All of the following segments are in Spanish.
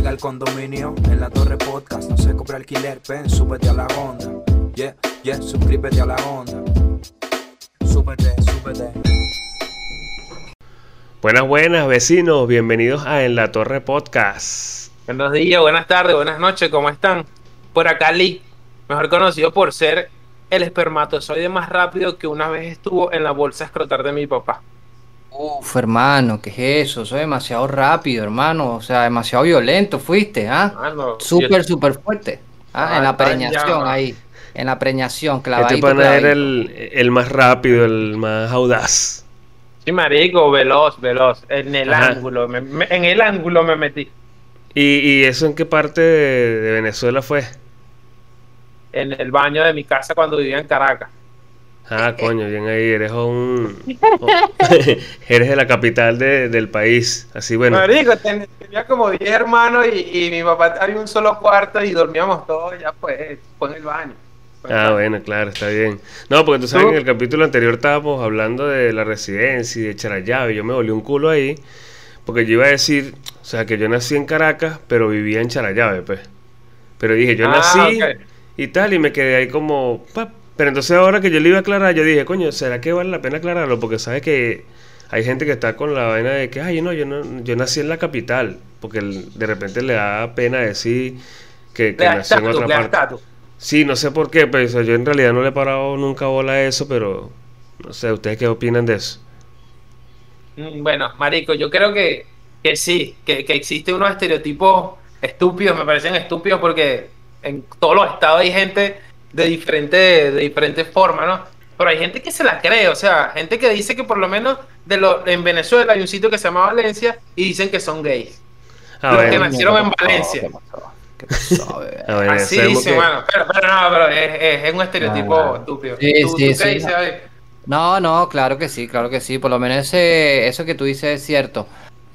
llega el condominio en la Torre Podcast. No se cobra alquiler, ven, súbete a la onda. Yeah, suscríbete a la onda. Súbete. Buenas vecinos, bienvenidos a En la Torre Podcast. Buenos días, buenas tardes, buenas noches, ¿cómo están? Por acá Lee, mejor conocido por ser el espermatozoide más rápido que una vez estuvo en la bolsa escrotal de mi papá. Hermano, ¿qué es eso? Soy demasiado rápido, hermano. O sea, demasiado violento fuiste, ¿ah? Mano, Súper fuerte. En la preñación ya. ahí. En la preñación, Este clavadito, pana era clavadito. el más rápido, el más audaz. Sí, marico, veloz. En el Ajá. ángulo, en el ángulo me metí. ¿Y eso en qué parte de Venezuela fue? En el baño de mi casa cuando vivía en Caracas. Ah, coño, bien ahí, eres eres de la capital del país, así bueno. Marico, tenía como 10 hermanos y mi papá había un solo cuarto y dormíamos todos ya pues, fue en el baño. Bueno, claro, está bien. No, porque tú sabes que en el capítulo anterior estábamos hablando de la residencia y de echar la llave. Yo me volví un culo ahí, porque yo iba a decir, o sea, que yo nací en Caracas, pero vivía en Charallave, pues. Pero dije, yo nací ok. y tal, y me quedé ahí como... ¡pap! Pero entonces ahora que yo le iba a aclarar, yo dije, coño, ¿será que vale la pena aclararlo? Porque sabes que hay gente que está con la vaina de que, ay, no, yo nací en la capital, porque de repente le da pena decir que nació en otra parte. Sí, no sé por qué, pero yo en realidad no le he parado nunca bola a eso, pero no sé, ¿ustedes qué opinan de eso? Bueno, marico, yo creo que sí, que existen unos estereotipos estúpidos, me parecen estúpidos porque en todos los estados hay gente de diferentes formas, ¿no? Pero hay gente que se la cree, o sea, gente que dice que por lo menos en Venezuela hay un sitio que se llama Valencia y dicen que son gays. Ah, Los que bueno. nacieron en Valencia. ¿Qué pasó, bebé? A ver, Así sabemos dicen, que... mano. Pero es un estereotipo estúpido. Sí, ¿Tú sí, qué sí. dices, David? No, claro que sí. Por lo menos eso que tú dices es cierto.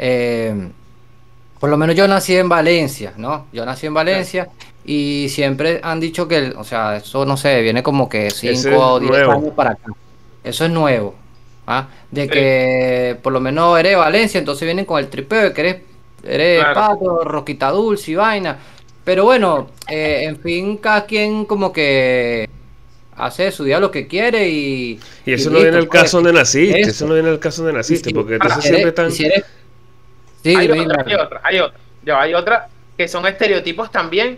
Por lo menos yo nací en Valencia, ¿no? Yo nací en Valencia y siempre han dicho que, o sea, eso no sé, viene como que Ese 5 es o 10 nuevo. años para acá. Eso es nuevo, ¿ah? De Sí. que por lo menos eres de Valencia, entonces vienen con el tripeo de que eres Claro. pato, rosquita dulce y vaina. Pero bueno, en fin, cada quien como que hace de su día lo que quiere Y y eso no viene listo, al pues. caso donde naciste, eso Eso. no viene al caso donde Y naciste, si, porque y entonces si siempre eres, están... y si eres- sí, Hay dime, otra, dime. hay otra que son estereotipos también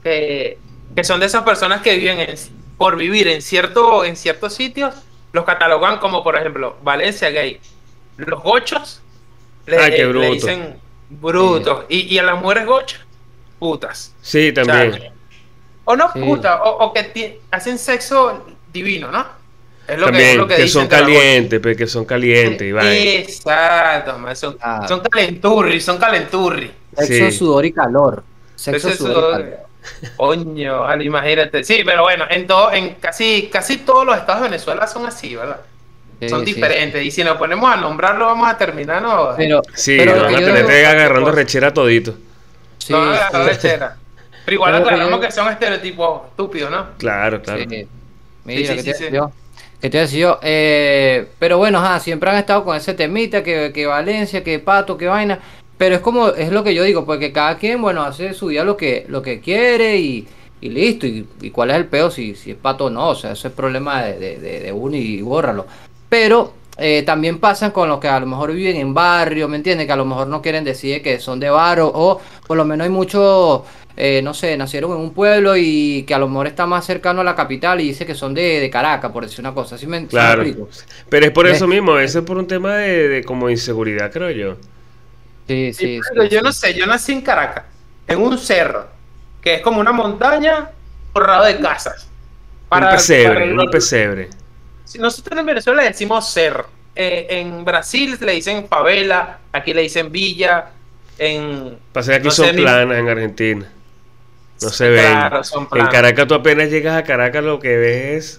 que son de esas personas que viven por vivir en ciertos sitios, los catalogan como por ejemplo Valencia gay. Los gochos Ay, qué le bruto. dicen brutos y a las mujeres gochas, putas. Sí, O sea, también. o no Sí. putas, o que hacen sexo divino, ¿no? Es lo También, que que dicen son de la gocha. calientes, pues, que son calientes y vaina. Exacto, man, Ah. son calenturri. Sexo, Sí. sudor y calor. Sexo, Ese sudor y sudor. calor. Coño, vale, imagínate. Sí, pero bueno, en casi todos los estados de Venezuela son así, ¿verdad? Son Sí. diferentes. Y si nos ponemos a nombrarlo, vamos a terminar, ¿no? Sí, pero lo lo van que a yo tener digo- que agarrando rechera todito. Sí, No, la sí. lechera. Pero igual Pero lo que aclaramos yo- que son estereotipos estúpidos, ¿no? Claro. Sí. Mira, Sí, ¿qué sí, te sí. decía yo? ¿Qué te decía yo? Pero bueno, siempre han estado con ese temita, que Valencia, que Pato, que vaina. Pero es lo que yo digo, porque cada quien, bueno, hace su día lo que quiere y listo. Y cuál es el peo si es Pato o no. O sea, eso es problema de uno y bórralo. Pero también pasan con los que a lo mejor viven en barrio, ¿me entiendes? Que a lo mejor no quieren decir que son de barrio o por lo menos hay muchos... no sé, nacieron en un pueblo y que a lo mejor está más cercano a la capital y dice que son de Caracas, por decir una cosa. ¿Sí me Claro. explico? Pero es por ¿Ves? eso mismo, eso es por un tema de como inseguridad, creo yo. Sí. Pero yo no sé, yo nací en Caracas, en un cerro, que es como una montaña forrado de casas. Un pesebre. Si nosotros en Venezuela le decimos cerro. En Brasil le dicen favela, aquí le dicen villa, Pasa que aquí no son sé, planas en Argentina. No se ven. Claro, son En planas. Caracas tú apenas llegas a Caracas lo que ves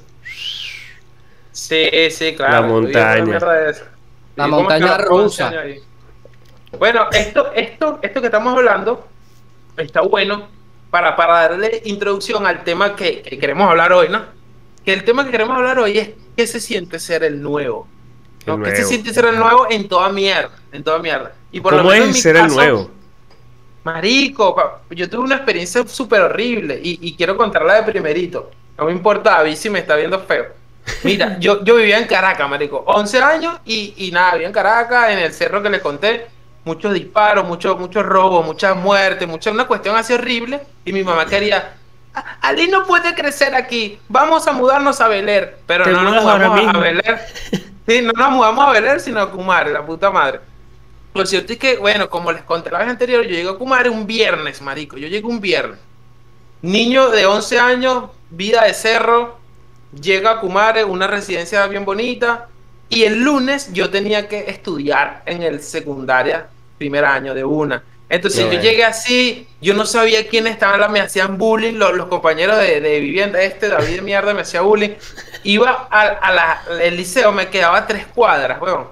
Sí, claro. La montaña. Yo vi una mierda de eso. La ¿Y cómo es que montaña los puedo rusa. enseñar ahí? Bueno, esto que estamos hablando está bueno para darle introducción al tema que queremos hablar hoy, ¿no? Que el tema que queremos hablar hoy es ¿qué se siente ser el nuevo? ¿No? El ¿Qué se nuevo. siente ser el nuevo en toda mierda? Y por lo ¿Cómo menos en es mi ser el caso, nuevo? Marico, yo tuve una experiencia súper horrible y quiero contarla de primerito. No me importa, a mí si me está viendo feo. Mira, yo vivía en Caracas, marico, 11 años y nada, vivía en Caracas, en el cerro que les conté, muchos disparos, muchos robos, muchas muertes, una cuestión así horrible y mi mamá quería, Ali no puede crecer aquí, vamos a mudarnos a Bel Air, pero Te no nos mudas ahora mudamos a mismo. Bel Air, sí, no nos mudamos a Bel Air, sino a Kumare, la puta madre. Lo cierto es que, bueno, como les conté la vez anterior, yo llegué a Kumare un viernes, marico, yo llegué un viernes. Niño de 11 años, vida de cerro, llega a Kumare, una residencia bien bonita, y el lunes yo tenía que estudiar en el secundaria, primer año de una. Entonces No, yo bueno. llegué así, yo no sabía quiénes estaban, me hacían bullying, los compañeros de vivienda, David de mierda me hacía bullying. Iba el liceo, me quedaba a 3 cuadras, weón.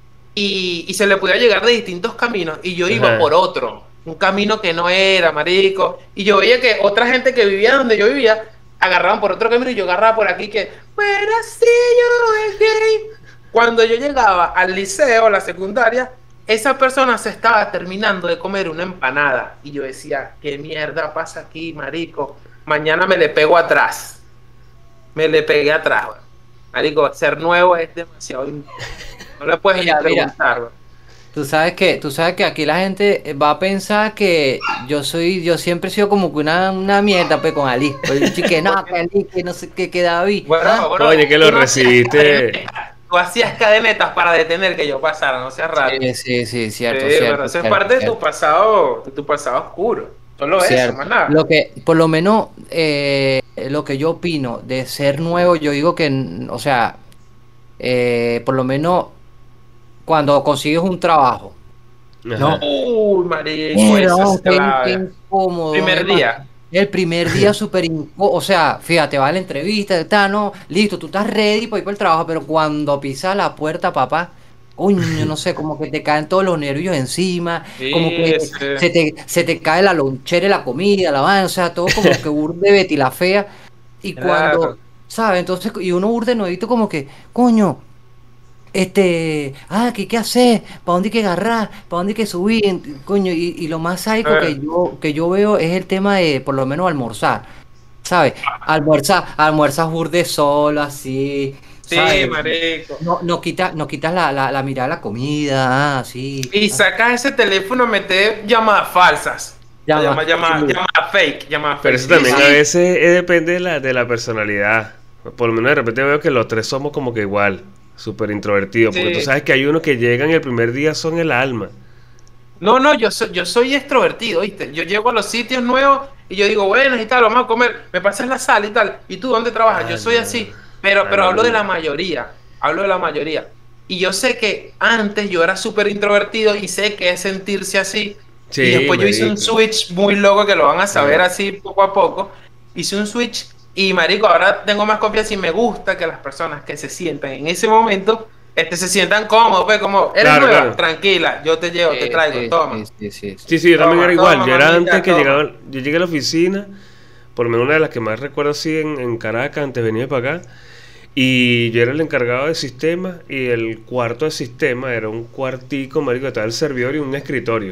Y se le podía llegar de distintos caminos, y yo iba Ajá. por otro, un camino que no era, marico, y yo veía que otra gente que vivía donde yo vivía, agarraban por otro camino y yo agarraba por aquí que, bueno, sí, yo no es gay. Cuando yo llegaba al liceo, a la secundaria, esa persona se estaba terminando de comer una empanada, y yo decía, ¿qué mierda pasa aquí, marico? Mañana me le pego atrás. Me le pegué atrás, weón. Marico, ser nuevo es demasiado... No le puedes ni Mira, preguntar, weón. tú sabes que aquí la gente va a pensar que yo siempre he sido como que una mierda pues con Ali. Pues el chique, no, que Ali, que no sé qué, que David. Bueno, Coño, que lo tú no hacías recibiste. cadenetas, tú hacías cadenetas para detener que yo pasara, no seas raro. Sí, cierto, Sí, cierto. pero eso es cierto, parte de cierto. tu pasado oscuro. Solo eso, Cierto. más nada. Lo que, por lo menos, lo que yo opino de ser nuevo, yo digo que, o sea, por lo menos cuando consigues un trabajo, ¿no? Ajá. Uy, marico, eso No, es qué clave. incómodo. Primer hermano. día. El primer día súper incómodo. O sea, fíjate, va a la entrevista, está, no, listo, tú estás ready para ir para el trabajo, pero cuando pisas la puerta, papá, coño, no sé, como que te caen todos los nervios encima, como que Sí, sí. se te cae la lonchera y la comida, la vaina, o sea, todo como que urde Betty la fea. Y cuando, Claro. ¿sabes? Entonces, y uno urde nuevito como que, coño. ¿Qué hacer? ¿Para dónde hay que agarrar? ¿Para dónde hay que subir? Coño, y lo más sádico que yo veo es el tema de, por lo menos, almorzar, ¿sabes? Almuerzas burde solo, así, Sí, ¿sabes? marico. No quitas la mirada a la comida, sí. Y sacas ese teléfono a meter llamadas falsas. Llamadas fake. Pero eso también a veces depende de la personalidad. Por lo menos de repente veo que los tres somos como que igual, súper introvertidos. Porque Sí. tú sabes que hay unos que llegan y el primer día son el alma. No, yo soy extrovertido, ¿viste? Yo llego a los sitios nuevos y yo digo, bueno, y tal, vamos a comer, me pasas la sal y tal. ¿Y tú dónde trabajas? Ah, Yo soy no. así, pero no. hablo de la mayoría, Y yo sé que antes yo era súper introvertido y sé que es sentirse así. Sí, Y después yo hice un marico. switch muy loco que lo van a saber Sí. así poco a poco. Hice un switch y, marico, ahora tengo más confianza y me gusta que las personas que se sientan en ese momento se sientan cómodos, pues, como, eres Claro, nueva, claro. tranquila, yo te llevo, te traigo, toma. Sí, yo también Toma, era igual. toma, Yo era mamita, antes que toma. llegaba, yo llegué a la oficina, por lo menos una de las que más recuerdo así en Caracas, antes de venir para acá. Y yo era el encargado de sistemas y el cuarto de sistema era un cuartico, marico, estaba el servidor y un escritorio.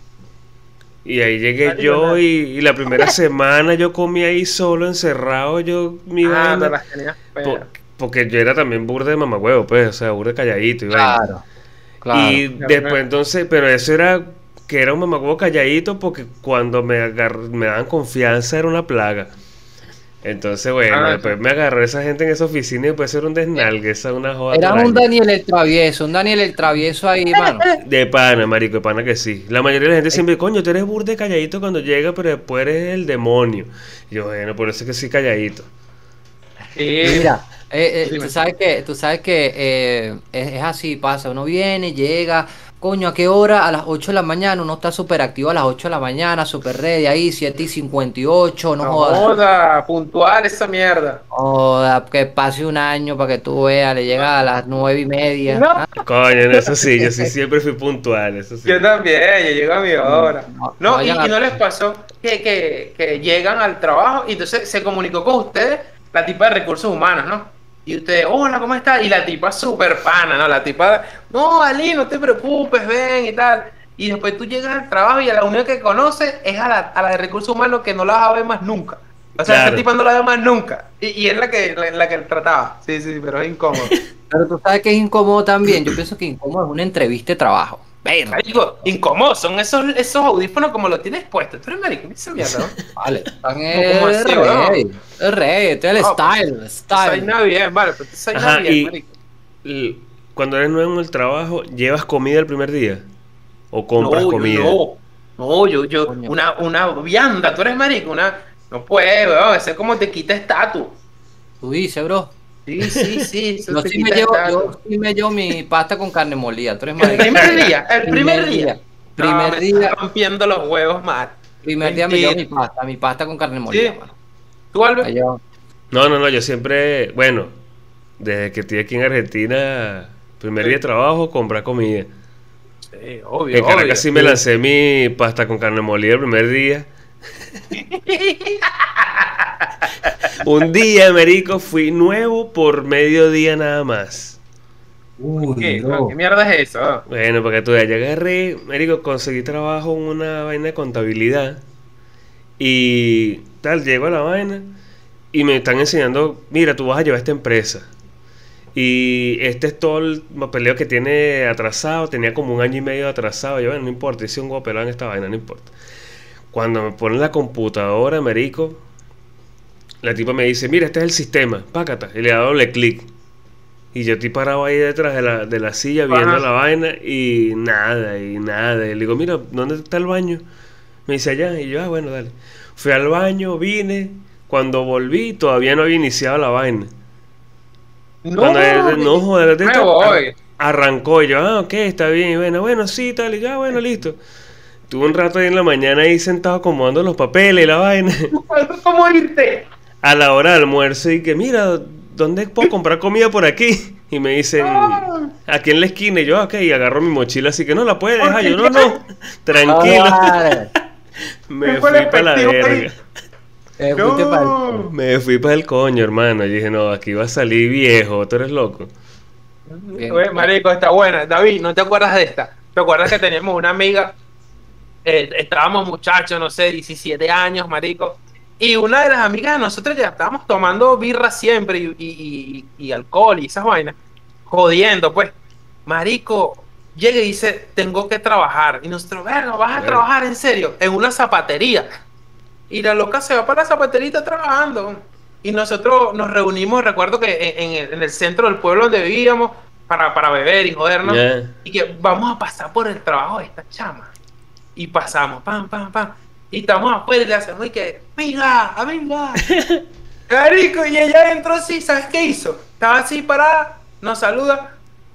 Y ahí llegué Marico, yo nada. y la primera semana yo comí ahí solo, encerrado, yo mi Ah, vaina. te las tenías feas. Porque yo era también burda de mamagüevo, pues, o sea, burda de calladito y vaina. Claro, claro. Y después entonces, pero eso era que era un mamagüevo calladito porque cuando me daban confianza era una plaga. Entonces, bueno, Ah, después me agarró esa gente en esa oficina y después era un desnalgue, esa es una joda. Era toda un la- Daniel el travieso ahí, mano. De pana, marico, de pana que sí. La mayoría de la gente siempre, coño, tú eres burda de calladito cuando llega, pero después eres el demonio. Y yo, bueno, por eso es que sí calladito. Sí. Mira, Dime. tú sabes que es así, pasa, uno viene, llega, coño, ¿a qué hora? A las 8 de la mañana, uno está súper activo a las 8 de la mañana, súper ready ahí, 7:58, no No jodas. joda, puntual esa mierda. Joda, que pase un año para que tú veas, le llega a las 9:30. No. Ah, Coño, no, eso sí, yo sí siempre fui puntual, eso sí. Yo también, yo llego a mi hora. No, y vayan no les pasó que llegan al trabajo y entonces se comunicó con ustedes la tipa de recursos humanos, ¿no? Y ustedes, hola, ¿cómo estás? Y la tipa súper pana, ¿no? La tipa, no, Ali, no te preocupes, ven y tal. y después tú llegas al trabajo y a la única que conoces es a la de recursos humanos, que no la vas a ver más nunca. O sea, Claro. esta tipa no la ve más nunca. Y es la que trataba. Sí, pero es incómodo. Pero tú sabes que es incómodo también. Yo pienso que incómodo es una entrevista de trabajo. Verga. Marico, incómodo, son esos audífonos como los tienes puestos. Tú eres marico, ¿qué esa mierda, no? Vale, están ¿Cómo el así, rey. El rey, este es el No, style. Tú Style. sabes nada bien, vale, pero tú sabes nada Ajá, bien, y marico. cuando eres nuevo en el trabajo, ¿llevas comida el primer día? ¿O compras comida? Yo, Coño. una vianda, tú eres marico, no puedes, weón, eso es como te quita estatus. Tú dices, bro. Sí, eso Yo te sí me quita llevo, estatus. yo sí me llevo mi pasta con carne molida. Tú eres El marico. primer día, el primer día. Primer Me día. estás rompiendo los huevos, mal. Primer día me llevo Mentira. mi pasta con carne molida, Sí. mano. ¿Tú, Albert? Me llevo. No, yo siempre, bueno, desde que estoy aquí en Argentina, primer día de trabajo, comprar comida. Sí, obvio, En Caracas obvio. sí me lancé mi pasta con carne molida el primer día. Un día, marico, fui nuevo por mediodía nada más. ¿Qué? ¿Qué mierda es eso? Bueno, porque tú ya agarré, marico, conseguí trabajo en una vaina de contabilidad. Y tal, llego a la vaina y me están enseñando, mira, tú vas a llevar esta empresa. Y este es todo el papeleo que tiene atrasado, tenía como 1 año y medio atrasado. Yo, bueno, no importa, hice un papeleo en esta vaina, no importa. Cuando me ponen la computadora, marico, la tipa me dice, mira, este es el sistema, pácata, y le da doble clic. Y yo estoy parado ahí detrás de la silla viendo Ajá. la vaina y nada. Y le digo, mira, ¿dónde está el baño? Me dice allá, y yo, bueno, dale. Fui al baño, vine, cuando volví todavía no había iniciado la vaina. No, joder, me voy. arrancó y yo, ok, está bien, y bueno, sí, tal, y ya, bueno, listo. Tuve un rato ahí en la mañana ahí sentado acomodando los papeles y la vaina. ¿Cómo irte? A la hora del almuerzo y que, mira, ¿dónde puedo comprar comida por aquí? Y me dicen, aquí en la esquina, y yo, ok, y agarro mi mochila, así que no la puedes dejar, yo, no, tranquilo. Vale. Me fue fui el para la efectivo ahí? verga. Fuiste pa'l- Me fui para el coño, hermano. Y dije, no, aquí va a salir viejo, tú eres loco. Bien. Güey, marico, está buena. David, ¿no te acuerdas de esta? ¿Te acuerdas que teníamos una amiga? Estábamos muchachos, no sé, 17 años, marico. Y una de las amigas de nosotros ya estábamos tomando birra siempre y alcohol y esas vainas. Jodiendo, pues. Marico, llega y dice, tengo que trabajar. Y nosotros, verga, ¿vas a Verga. trabajar en serio? En una zapatería. Y la loca se va para la zapatería y está trabajando. Y nosotros nos reunimos, recuerdo que en el centro del pueblo donde vivíamos, para beber y jodernos. Ya. Y que vamos a pasar por el trabajo de esta chama. Y pasamos, pam. Y estamos afuera y le hacemos, y que, venga. Carico, y ella entró así, ¿sabes qué hizo? Estaba así parada, nos saluda.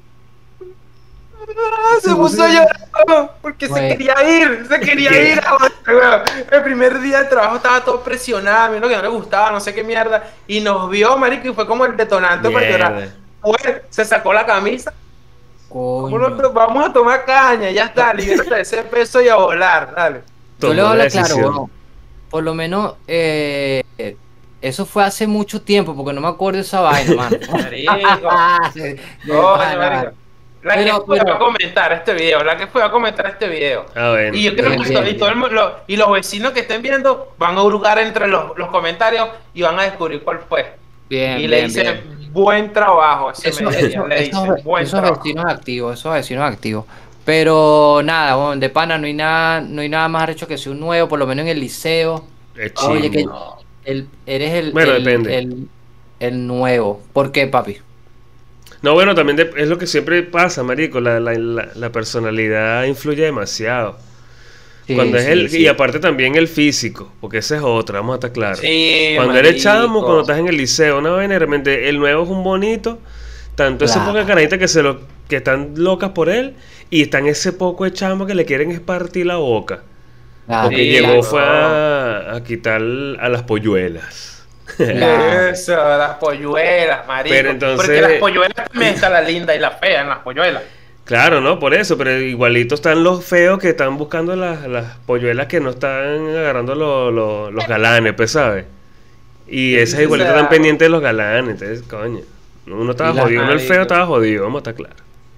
Se puso a llorar porque Güey. se quería ir a weón. El primer día de trabajo estaba todo presionado, viendo que no le gustaba, no sé qué mierda, y nos vio, marico, y fue como el detonante para llorar. Mierda. Pues, se sacó la camisa, Coño. vamos a tomar caña, ya está, libérate de ese peso y a volar, dale. Yo le Tomó voy a la hablar claro, decisión. weón. Por lo menos, eso fue hace mucho tiempo, porque no me acuerdo de esa vaina, mano. Marico. De Coño, pana, marico. La que Pero- fue a comentar este video, Ah, bueno. Y yo creo Bien, que bien, y todo el mundo, y los vecinos que estén viendo van a hurgar entre los comentarios y van a descubrir cuál fue. Bien, Y le bien, dicen, bien. buen trabajo, así Eso- me diría, le esos, dicen, buen esos trabajo. esos vecinos activos. Pero nada, bueno, de pana no hay nada más arrecho que ser un nuevo, por lo menos en el liceo. Es Oye, que chimbo. eres el, Bueno, el, depende. el nuevo. ¿Por qué, papi? No, bueno, también es lo que siempre pasa, marico. La personalidad influye demasiado. Sí, Cuando es sí, sí. y aparte también el físico, porque esa es otra, vamos a estar claros. Sí, Cuando eres marico. chamo, cuando estás en el liceo, una vaina, de repente el nuevo es un bonito, tanto ese Claro. poco de carajita que están locas por él, y están ese poco de chamo que le quieren espartir la boca. Claro, Porque Sí, llegó claro. fue a quitar a las polluelas. Claro. Eso, las polluelas, marico. Pero entonces- Porque las polluelas también está la linda y la fea en las polluelas. Claro, ¿no? Por eso, pero igualito están los feos que están buscando las polluelas que no están agarrando los galanes, pues, ¿sabes? Y esas sí, igualitas o sea, están pendientes de los galanes, entonces, coño. Uno estaba y la- jodido, uno el feo marico. estaba jodido, vamos a estar claros.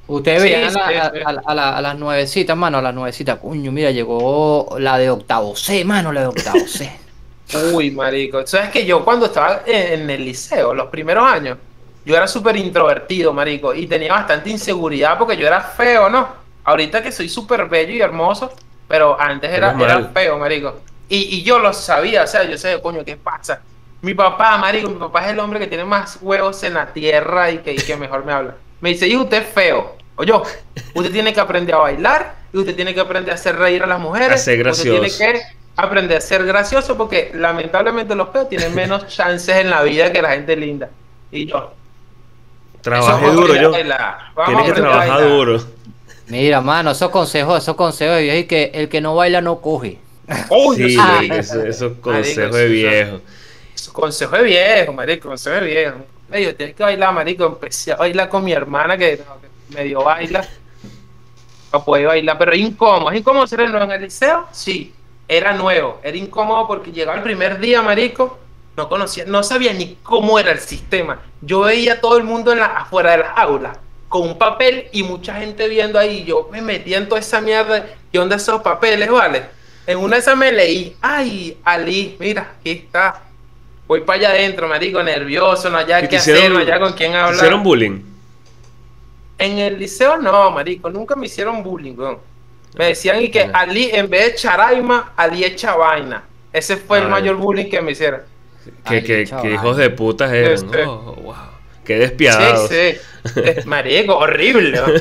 Ustedes Sí, veían sí, sí. a las nuevecitas, mano, a las nuevecitas. Coño, mira, llegó la de octavo C, mano, la de octavo C. Uy, marico. ¿Sabes que yo cuando estaba en el liceo, los primeros años, yo era súper introvertido, marico, y tenía bastante inseguridad porque yo era feo, ¿no? Ahorita que soy súper bello y hermoso, pero antes Menos era mal. feo, marico. Y yo lo sabía, o sea, yo sé, coño, ¿qué pasa? Mi papá, marico, mi papá es el hombre que tiene más huevos en la tierra y que mejor me habla. Me dice, y usted es feo. O yo, usted tiene que aprender a bailar, y usted tiene que aprender a hacer reír a las A mujeres, ser usted tiene gracioso. que aprender a ser gracioso porque lamentablemente los feos tienen menos chances en la vida que la gente linda. Y yo, eso Trabajé vamos a duro aprender a yo. bailar, vamos Tiene a que aprender a trabajar bailar. duro. Mira, mano, esos consejos de viejo y que el que no baila no coge. Uy, Sí, sí, marico, esos marico, consejos de viejo. eso consejo de viejo, marico, consejo de viejo. Ey, yo tenía que bailar, marico, empecé a bailar con mi hermana que medio baila, para poder bailar, pero es incómodo ser el nuevo en el liceo, sí, era nuevo, era incómodo porque llegaba el primer día, marico, no conocía, no sabía ni cómo era el sistema. Yo veía a todo el mundo afuera de las aulas, con un papel y mucha gente viendo ahí, yo me metía en toda esa mierda, ¿y dónde esos papeles, vale? En una de esas me leí, ay, Ali, mira, aquí está. Voy para allá adentro, marico, nervioso, no ¿Y haya qué hacer, no haya con quién te hicieron hablar. bullying? En el liceo no, marico, nunca me hicieron bullying, weón. Me decían y que Ya. Ali, en vez de charaima, Ali echa vaina. Ese fue el Ay, mayor bullying que me hicieron. Ali, que hijos chaval. de putas eran. Este, Oh, wow. Qué sí, despiadados. sí. Marico, horrible, ¿no?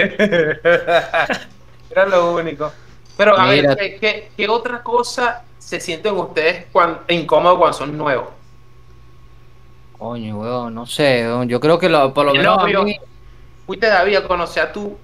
Era lo único. Pero a ver, Mira, ¿qué otra cosa se sienten ustedes incómodos cuando son nuevos? coño, weón, no sé, weón, yo creo que por lo El menos a novio, mí, fuiste David a conocer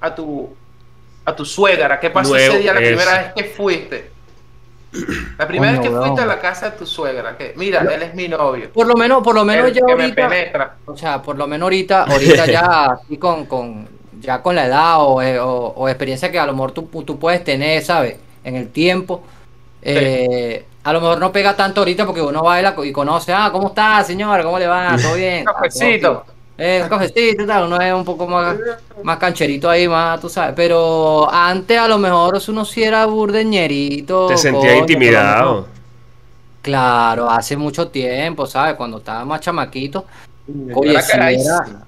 a tu suegra. ¿Qué pasó ese Nuevo, día la primera eso. vez que fuiste? La primera coño, vez que fuiste a weón. la casa de tu suegra, que mira, él es mi novio, Por lo menos el ya que me ahorita, penetra. o sea, por lo menos ahorita ya así ya con la edad o experiencia que a lo mejor tú puedes tener, ¿sabes? En el tiempo. Sí. A lo mejor no pega tanto ahorita porque uno baila y conoce, ¿cómo está, señora? ¿Cómo le va? ¿Todo bien? Todo fino. Cafecito. Un cafecito y tal, uno es un poco más cancherito ahí, más, tú sabes. Pero antes a lo mejor uno sí era Te burdeñerito, sentías coño, por lo menos. intimidado. Claro, hace mucho tiempo, ¿sabes? Cuando estaba más chamaquito. Yo Oye, era sí, cagadísimo.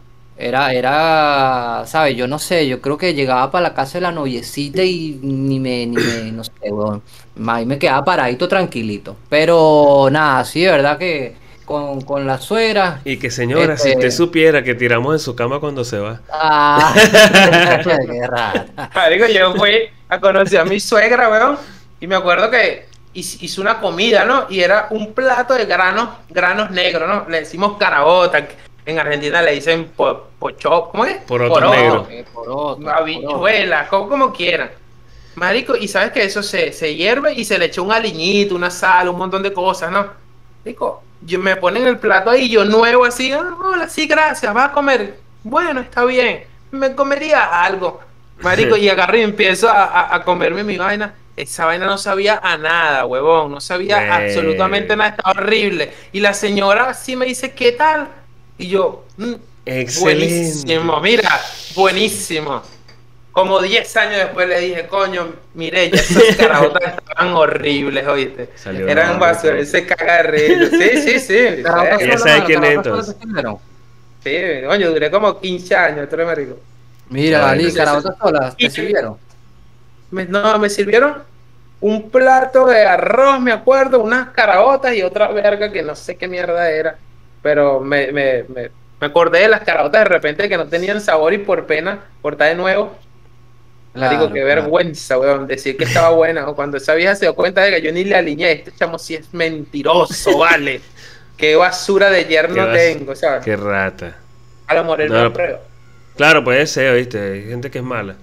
¿sabes? Yo no sé, yo creo que llegaba para la casa de la noviecita y no sé, weón. Ahí me quedaba paradito tranquilito. Pero nada, sí, de verdad que con la suegra, Y que señora, si usted este, supiera que tiramos en su cama cuando se va. ah, qué rata. Marico, yo fui a conocer a mi suegra, weón, y me acuerdo que hizo una comida, ¿no? Y era un plato de granos negros, ¿no? Le decimos carabota, en Argentina le dicen pochop, ¿cómo es? Porotos negros. Poroto, poroto. Habichuelas, como quieran. Marico, y sabes que eso se hierve y se le echa un aliñito, una sal, un montón de cosas, ¿no? Marico, yo me ponen el plato ahí, yo nuevo así, hola, sí, gracias, vas a comer. Bueno, está bien, me comería algo. Marico, y agarro y empiezo a comerme mi vaina. Esa vaina no sabía a nada, huevón, no sabía absolutamente Eh, nada, estaba horrible. Y la señora sí me dice, ¿qué tal? Y yo, excelente. buenísimo, mira, buenísimo. Como 10 años después le dije, coño, mire, ya esas carabotas estaban horribles, oíste. Salió Eran loco. basura, ese caga de risa. Sí, sí, sí. Caraotas Ella sola, sabe mano, quién es caraotas sola te entonces. sirvieron. Sí, coño, duré como 15 años, tú eres marico. Qué Mira, vaina. Ali, Entonces, caraotas solas te y sirvieron. no, me sirvieron un plato de arroz, me acuerdo, unas caraotas y otra verga que no sé qué mierda era. Pero me acordé de las caraotas de repente que no tenían sabor y por pena, por estar de nuevo. Marico, Claro, qué claro. vergüenza, weón, decir que estaba buena. O cuando esa vieja se dio cuenta de que yo ni le alineé, este chamo sí es mentiroso, vale. Qué basura de Qué, yerno tengo, ¿sabes? qué rata. A lo mejor él me No, aprueba. claro, puede ser, ¿viste? Hay gente que es mala.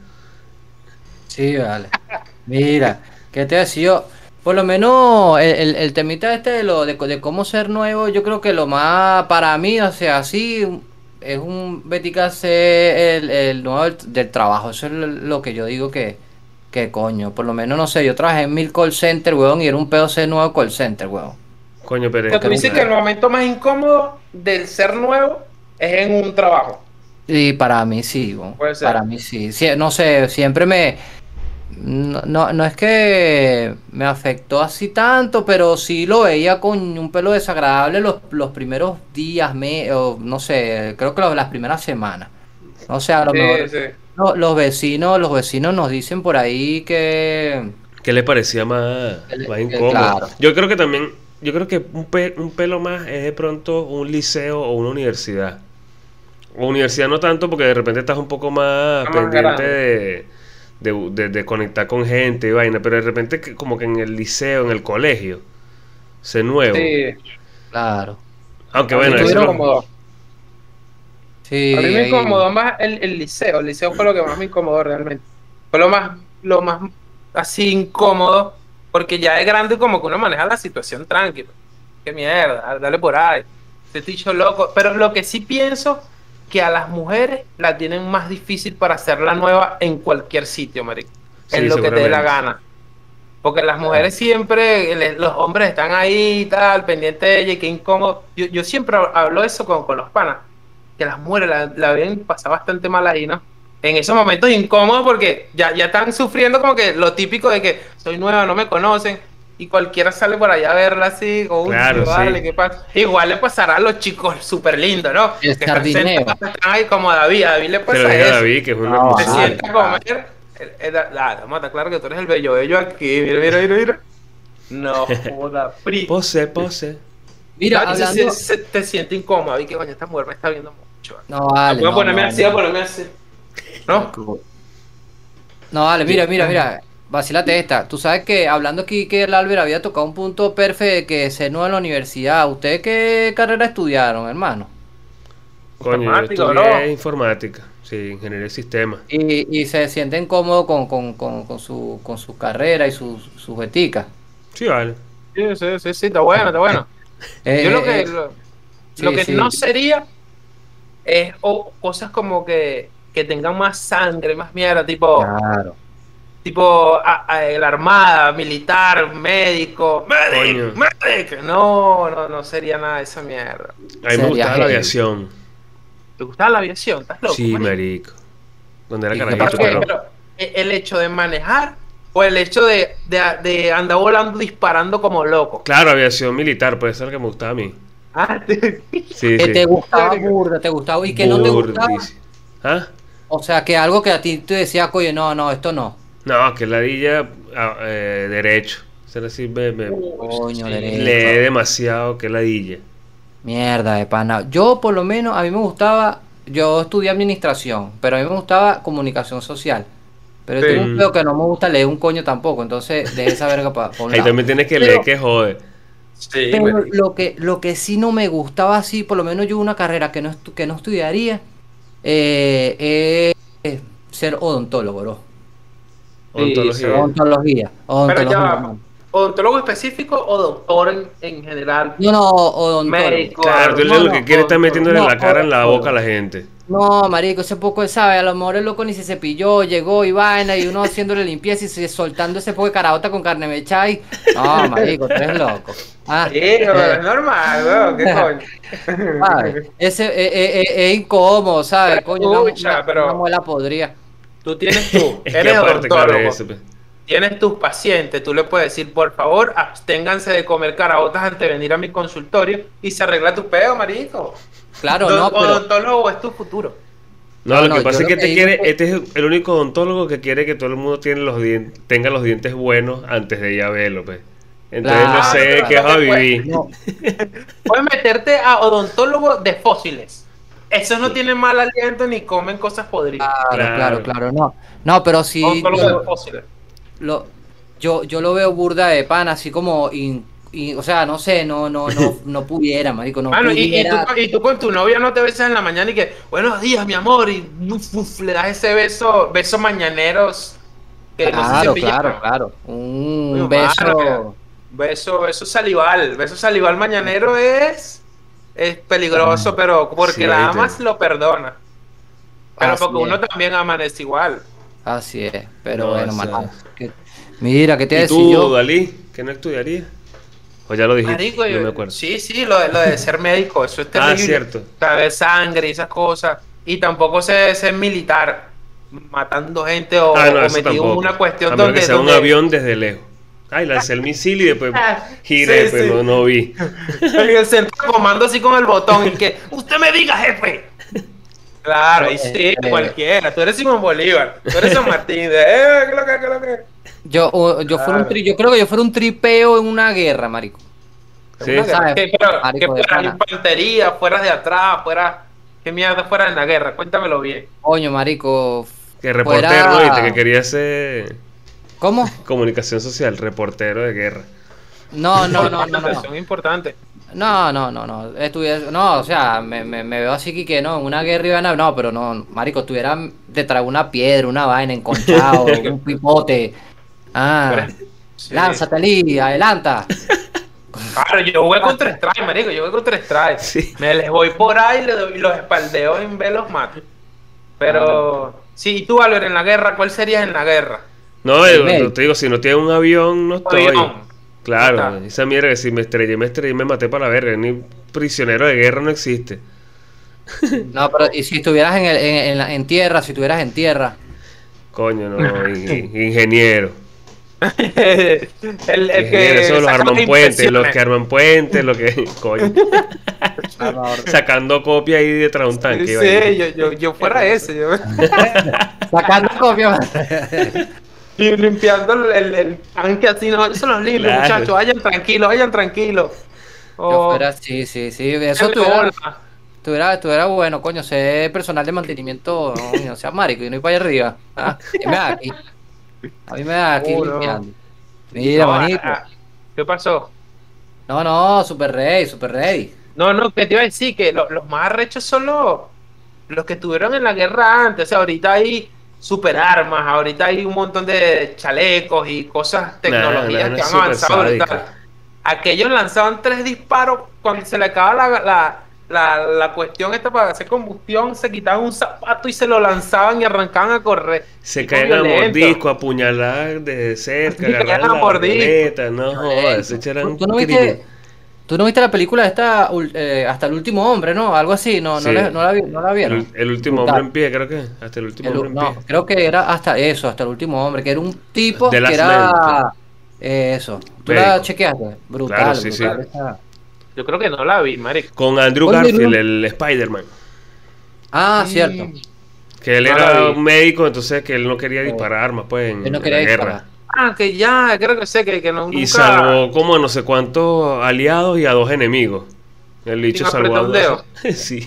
Sí, vale. Mira, ¿qué te decía yo? Por lo menos el temita este de cómo ser nuevo, yo creo que lo más para mí, o sea, sí, es un Betica ser el nuevo del trabajo. Eso es lo que yo digo que coño. Por lo menos, no sé, yo trabajé en 1000 call center, weón, y era un pedo ser nuevo call center, weón. Coño, pero O sea, es tú Porque era un dices que el momento más incómodo del ser nuevo es en un trabajo. Y para mí sí, Puede ser. para mí sí. No sé, siempre no es que me afectó así tanto, pero sí lo veía con un pelo desagradable los primeros días, o no sé, creo que las primeras semanas. O sea, a lo Sí, mejor sí. los vecinos nos dicen por ahí que, ¿Qué le parecía más incómodo? claro, Yo creo que también, yo creo que un pelo más es de pronto un liceo o una universidad. O universidad no tanto porque de repente estás un poco más Está más pendiente grande. de conectar con gente y vaina, pero de repente como que en el liceo, en el colegio, sé nuevo. Sí, claro. Aunque a mí bueno, me eso Tuvieron, lo... incomodó. A mí sí, me ahí, incomodó más el liceo. El liceo fue lo que más me incomodó realmente. Fue lo más así incómodo, porque ya es grande como que uno maneja la situación tranquilo. Qué mierda, dale por ahí. Te dicho loco. Pero lo que sí pienso que a las mujeres la tienen más difícil para hacer la nueva en cualquier sitio, marico. En Sí, lo que te dé la seguramente. gana. Porque las claro. mujeres siempre, los hombres están ahí y tal, pendientes de ella, y qué incómodo. Yo siempre hablo eso con los panas, que las mujeres la ven pasar bastante mal ahí, ¿no? En esos momentos incómodos porque ya están sufriendo como que lo típico de que soy nueva, no me conocen, y cualquiera sale por allá a verla así, como, uy, Claro, vale, sí. ¿qué pasa? Igual le pasará a los chicos súper lindos, ¿no? El Que están sentados, sardineo. están ahí como a David le Te lo pasa dije a eso. David, que es una No, Se hermosura. vale, sienta a vale. comer. Mata, claro que tú eres el bello aquí. Mira, mira, mira, mira. No joda, Pri. Pose, pose. Mira, No, y hablando. te siente incómodo. Y que coño, esta mujer me está viendo mucho. No, Ah, vale, voy a no, ponerme no, así, voy a no. ponerme así. ¿No? No, vale, Yo- mira, vacílate esta. Tú sabes que hablando aquí que el Albert había tocado un punto perfecto de que se no en la universidad. ¿Ustedes qué carrera estudiaron, hermano? Coño, yo Informático, estudié bro. informática, sí, ingeniería de sistemas. Y se sienten cómodos con su carrera y sus beticas. Sí, vale. Sí, sí, sí, sí, está bueno, está bueno. Eh, Yo lo eh, que, eh, lo sí, que sí, no sería es cosas como que tengan más sangre, más mierda, claro. tipo la armada, militar, médico, Coño, medic. No sería nada de esa mierda. a mí me Sería gustaba la heavy. aviación. ¿Te gustaba la aviación? ¿Estás loco, Sí, marico? marico. Cuando era ¿Y qué ¿Pero carajito, pasó qué? ahí? pero... Pero el hecho de manejar o el hecho de andar volando disparando como loco. Claro, aviación militar, puede ser lo que me gustaba a mí. Ah, Sí, Que te sí. gustaba burda, te gustaba y que no te gustaba. Burdísimo. ¿Ah? O sea, que algo que a ti te decía, oye, no, esto no. No, que ladilla derecho. Ser así, Coño, sí. derecho. lee demasiado, que ladilla. Mierda de pana. Yo, por lo menos, a mí me gustaba. Yo estudié administración, pero a mí me gustaba comunicación social. Pero yo tengo un Sí. pedo que no me gusta leer un coño tampoco, entonces dejé esa verga para un Ahí lado. también tienes que Pero, leer que jode. Sí, pero marico. lo que sí no me gustaba así, por lo menos yo una carrera que no estudiaría, es ser odontólogo, bro. Sí, Ontología. Odontología, pero ya odontología, va. mano. ¿Odontólogo específico o doctor en general? No, no, odontólogo. Médico, Claro, tú No, lo no, que quieres estar odontólogo. metiéndole no, la cara en la boca a odontólogo. la gente. No, marico, ese poco él sabe, a lo mejor el loco ni se cepilló, llegó y vaina, y uno haciéndole limpieza y soltando ese poco de caraota con carne mechada y... No, marico, tú eres loco. Ah, Sí, pero es normal, weón, ¿qué coño? ¿sabes? Es incómodo, ¿sabes? Coño, Escucha, una pero muela podría. tú Es que eres aparte, claro, odontólogo, eso, pues. tienes tus pacientes, tú le puedes decir, por favor, absténganse de comer caraotas antes de venir a mi consultorio y se arregla tu peo, marico. Claro, no, pero... Odontólogo es tu futuro. No, No, lo no, que yo pasa es lo que que te digo quiere, es que... este es el único odontólogo que quiere que todo el mundo tenga los dientes buenos antes de ir a verlo, pues. Entonces no Claro, sé qué claro. vas a vivir. No, Puedes meterte a odontólogo de fósiles. Esos no tienen mal aliento ni comen cosas podridas. claro, no. No, pero sí, Odontólogo de fósiles. lo, yo lo veo burda de pan, así como, o sea, no sé, no pudiera, marico, no Mano, pudiera. y tú con tu novia no te besas en la mañana y que, buenos días, mi amor, y le das ese beso mañaneros que no sé si Claro, se llaman. claro. Coño, Un mano, beso. beso salival mañanero es peligroso, pero porque Sí, la ahí te- amas lo perdona. Pero Así porque uno es, también amanece igual. así es. Pero No, bueno, o sea- mano. Mira, ¿qué te ¿Y decía tú, yo? Dalí? ¿Qué no estudiarías? O ya lo dijiste, Marico, no me acuerdo. sí, lo de ser médico, eso es Ah, terrible. cierto. Saber sangre y esas cosas. y tampoco sé ser militar, matando gente o, Ah, no, o eso metido en tampoco. una cuestión A menos que donde, sea un donde avión desde lejos. Ay, lancé el misil y después giré, Sí, pues sí. no vi. en el centro de comando así con el botón y que usted me diga, jefe. Claro, y sí, cualquiera. Tú eres Simón Bolívar, tú eres San Martín. ¿Qué lo que, qué lo que? Yo yo creo que yo fuera un tripeo en una guerra, marico. Sí. Una guerra. ¿Sabes? Pero, que Marico, de fueras pana. infantería, fueras de atrás, fueras. ¿Qué mierda fuera en la guerra? Cuéntamelo bien. Coño, marico. Que reportero, ¿no? Viste que quería ser ¿Cómo? comunicación social, reportero de guerra. No. Son importantes. No. No, o sea, me veo así que no, en una guerra iban a. No, pero no, marico, estuviera detrás de una piedra, una vaina, enconchado, un pipote. Ah, Sí. lánzate, Ali, adelanta. Claro, yo jugué contra Strike, marico. Yo jugué contra Strike. Sí. Me les voy por ahí le doy los espaldeos en B los mato. Pero, sí, y tú, Albert, en la guerra, ¿cuál serías en la guerra? No, El mail. te digo, si no tienes un avión, no estoy. Avión. Claro, No está. esa mierda que si me estrellé y me maté para la verga. Ni prisionero de guerra no existe. No, pero y si estuvieras en tierra, si estuvieras en tierra. Coño, no, ingeniero. el Ingeniero, que esos los saca arman las puentes, los impresiones. que arman puentes, los que. Coño. Sacando copia ahí detrás de un tanque. Sí, imagínate. yo fuera ese. Sacando copia. Y limpiando el tanque así, no, eso los limpio, Claro. muchachos, vayan tranquilos. Yo O- fuera, sí, eso Échale bola. estuviera bueno, coño, ser personal de mantenimiento, no sea marico, y no ir para allá arriba. Ah, ¿qué me da aquí? A mí me da aquí No. limpiando. Mira, No, manito. ¿Qué pasó? No, super ready. No, que te iba a decir que los más arrechos son los que estuvieron en la guerra antes. O sea, ahorita hay super armas, ahorita hay un montón de chalecos y cosas, tecnologías Nah, que han súper avanzado sádica. brutal. Aquellos lanzaban 3 disparos cuando se le acaba la cuestión esta para hacer combustión, se quitaban un zapato y se lo lanzaban y arrancaban a correr. Se Tipo caen a violento. mordisco, a apuñalar desde cerca, Sí, caen agarrar a la mordisco. avioneta, no jodas, ese eran ¿Tú no crimen. viste la película esta, Hasta el último hombre, no? Algo así, no Sí. no la vieron. El último Brutal. hombre en pie, creo que, hasta el último hombre en No, pie. creo que era hasta el último hombre, que era un tipo The que Last era eso. ¿Tú la Médico. chequeaste? Brutal, Claro, sí, sí. brutal esa. Yo creo que no la vi, marico. Con Andrew Oye, Garfield, no. el Spider-Man. Ah, cierto. Que él No la era vi. un médico, entonces que él no quería disparar armas, pues, en Él no la quería guerra. disparar. Ah, que ya, creo que sé que no, Y nunca... salvó como a no sé cuántos aliados y a 2 enemigos. El bicho Sin salvó a apretar un 2. Sí.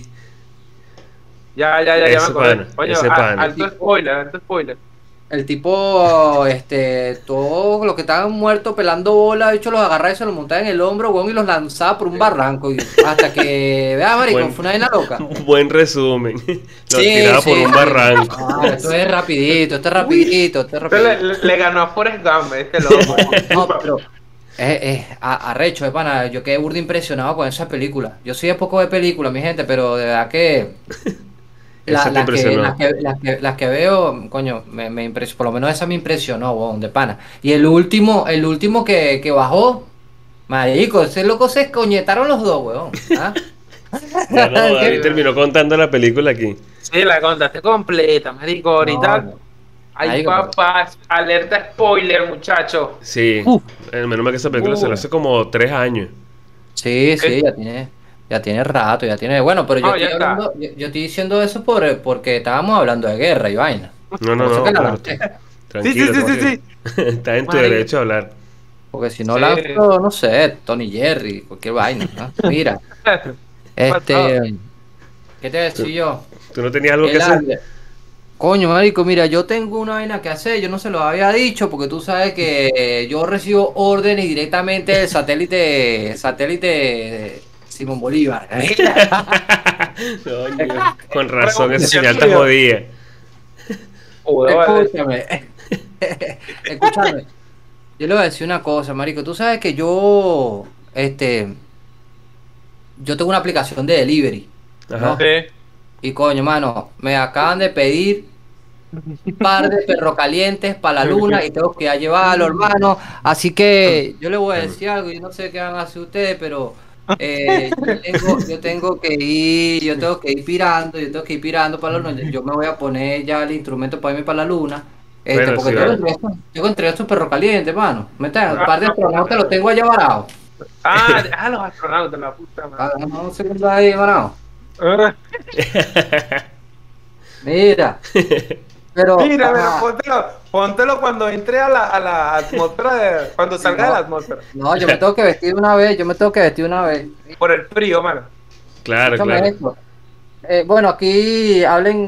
Ya me Ese acordé. pana, Oye, ese pana. alto spoiler. El tipo, todos los que estaban muertos pelando bola, de hecho los agarraba y se los montaba en el hombro, weón, y los lanzaba por un barranco. Y hasta que, vea, marico, Buen- fue una vaina loca. Buen resumen. Lo Sí, tiraba por sí. un barranco. Ah, esto es rapidito. Entonces le ganó a Forrest Gump, este loco. No, pero arrecho, pana. Yo quedé burda impresionado con esa película. Yo soy de poco de películas, mi gente, pero de verdad que Esa te impresionó. las que veo, coño, me impresionó. Por lo menos esa me impresionó, weón, de pana. Y el último que bajó, marico, ese loco se escoñetaron los dos, weón. ¿Ah? Ya no, David terminó contando la película aquí. Sí, la contaste completa, marico. Ahorita. No, Ay, Marico, papá, alerta spoiler, muchacho. Sí. Menos mal que esa película se lo hace como 3 años. Sí, ya tiene rato, bueno, pero yo No, estoy ya está. hablando, yo estoy diciendo eso porque estábamos hablando de guerra y vaina. No, Por eso que la claro. lancé. Tranquilo. Sí. tranquilo. Estás en tu Marico. derecho a hablar. Porque si no Sí. lanzo, no sé, Tony Jerry, cualquier vaina, ¿no? Mira, ¿qué te decía yo? ¿Tú no tenías algo que El hacer? Albert. Coño, marico, mira, yo tengo una vaina que hacer, yo no se lo había dicho porque tú sabes que yo recibo órdenes directamente del satélite Simón Bolívar. Coño, con razón, esa señal está jodida. Escúchame, escúchame. Yo le voy a decir una cosa, marico. Tú sabes que yo tengo una aplicación de delivery, Ajá. ¿no? Y coño, mano, me acaban de pedir un par de perros calientes para la luna y tengo que ir a llevarlo, hermano. Así que yo le voy a decir algo, y no sé qué van a hacer ustedes, pero Yo tengo que ir pirando, para la luna. Yo me voy a poner ya el instrumento para irme para la luna. Bueno, Porque sí, vale. tengo que entregar estos perros calientes, mano. Un par de astronautas los tengo allá varados. Ah, los astronautas, la puta madre. No sé qué está ahí varado. Mira, pero. Mira, ajá. póntelo cuando entre a la atmósfera, cuando salga de la atmósfera. No, yo me tengo que vestir una vez, Por el frío, mano. Claro, Escúchame claro. esto. Bueno, aquí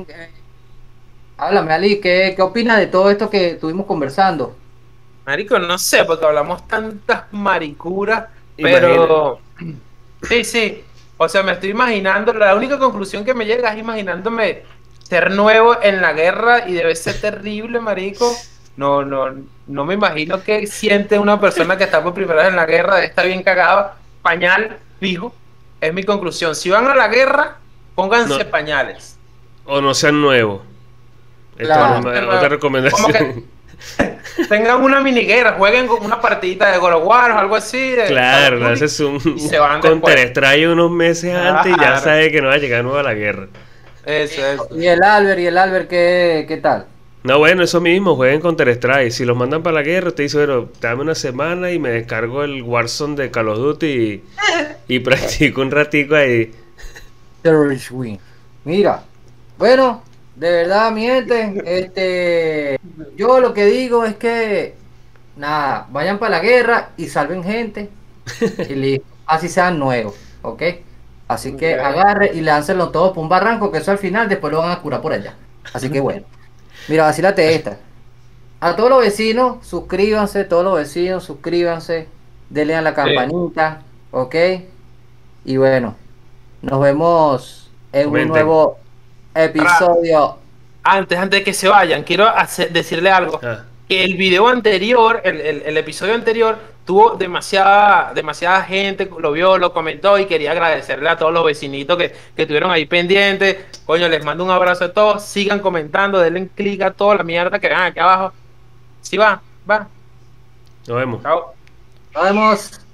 háblame, Ali, ¿qué opinas de todo esto que estuvimos conversando? Marico, no sé, porque hablamos tantas maricuras, Imagina. pero sí. O sea, me estoy imaginando, la única conclusión que me llega es imaginándome ser nuevo en la guerra y debe ser terrible, marico. No me imagino qué siente una persona que está por primera vez en la guerra, está bien cagada, pañal fijo. Es mi conclusión. Si van a la guerra, pónganse No. pañales. O no sean nuevos. Esta Claro. es otra recomendación. Tengan una miniguera, jueguen con una partidita de God of War o algo así. Claro, Call of Duty, haces un y se van después. Counter-Strike unos meses antes y ya Claro. sabes que no va a llegar nuevo a la guerra. Eso. Y el Albert, ¿qué tal? No, bueno, eso mismo, jueguen Counter-Strike. Si los mandan para la guerra, te dice, bueno, dame una semana y me descargo el Warzone de Call of Duty y practico un ratico ahí. Terrorist Wing. Mira, bueno, de verdad, mi gente, yo lo que digo es que, nada, vayan para la guerra y salven gente y listo. Así sean nuevos, ¿ok? Así que Ok. agarre y láncenlo todo por un barranco, que eso al final después lo van a curar por allá. Así que bueno, mira, vacílate esta. A todos los vecinos, suscríbanse, denle a la campanita, ¿ok? Y bueno, nos vemos en un Comenten. nuevo episodio. Antes de que se vayan, quiero decirle algo. Ah, Que el video anterior, el episodio anterior, tuvo demasiada gente, lo vio, lo comentó y quería agradecerle a todos los vecinitos que estuvieron ahí pendientes. Coño, les mando un abrazo a todos. Sigan comentando, denle click a toda la mierda que vean aquí abajo. Sí, va. nos vemos. Chao. Nos vemos.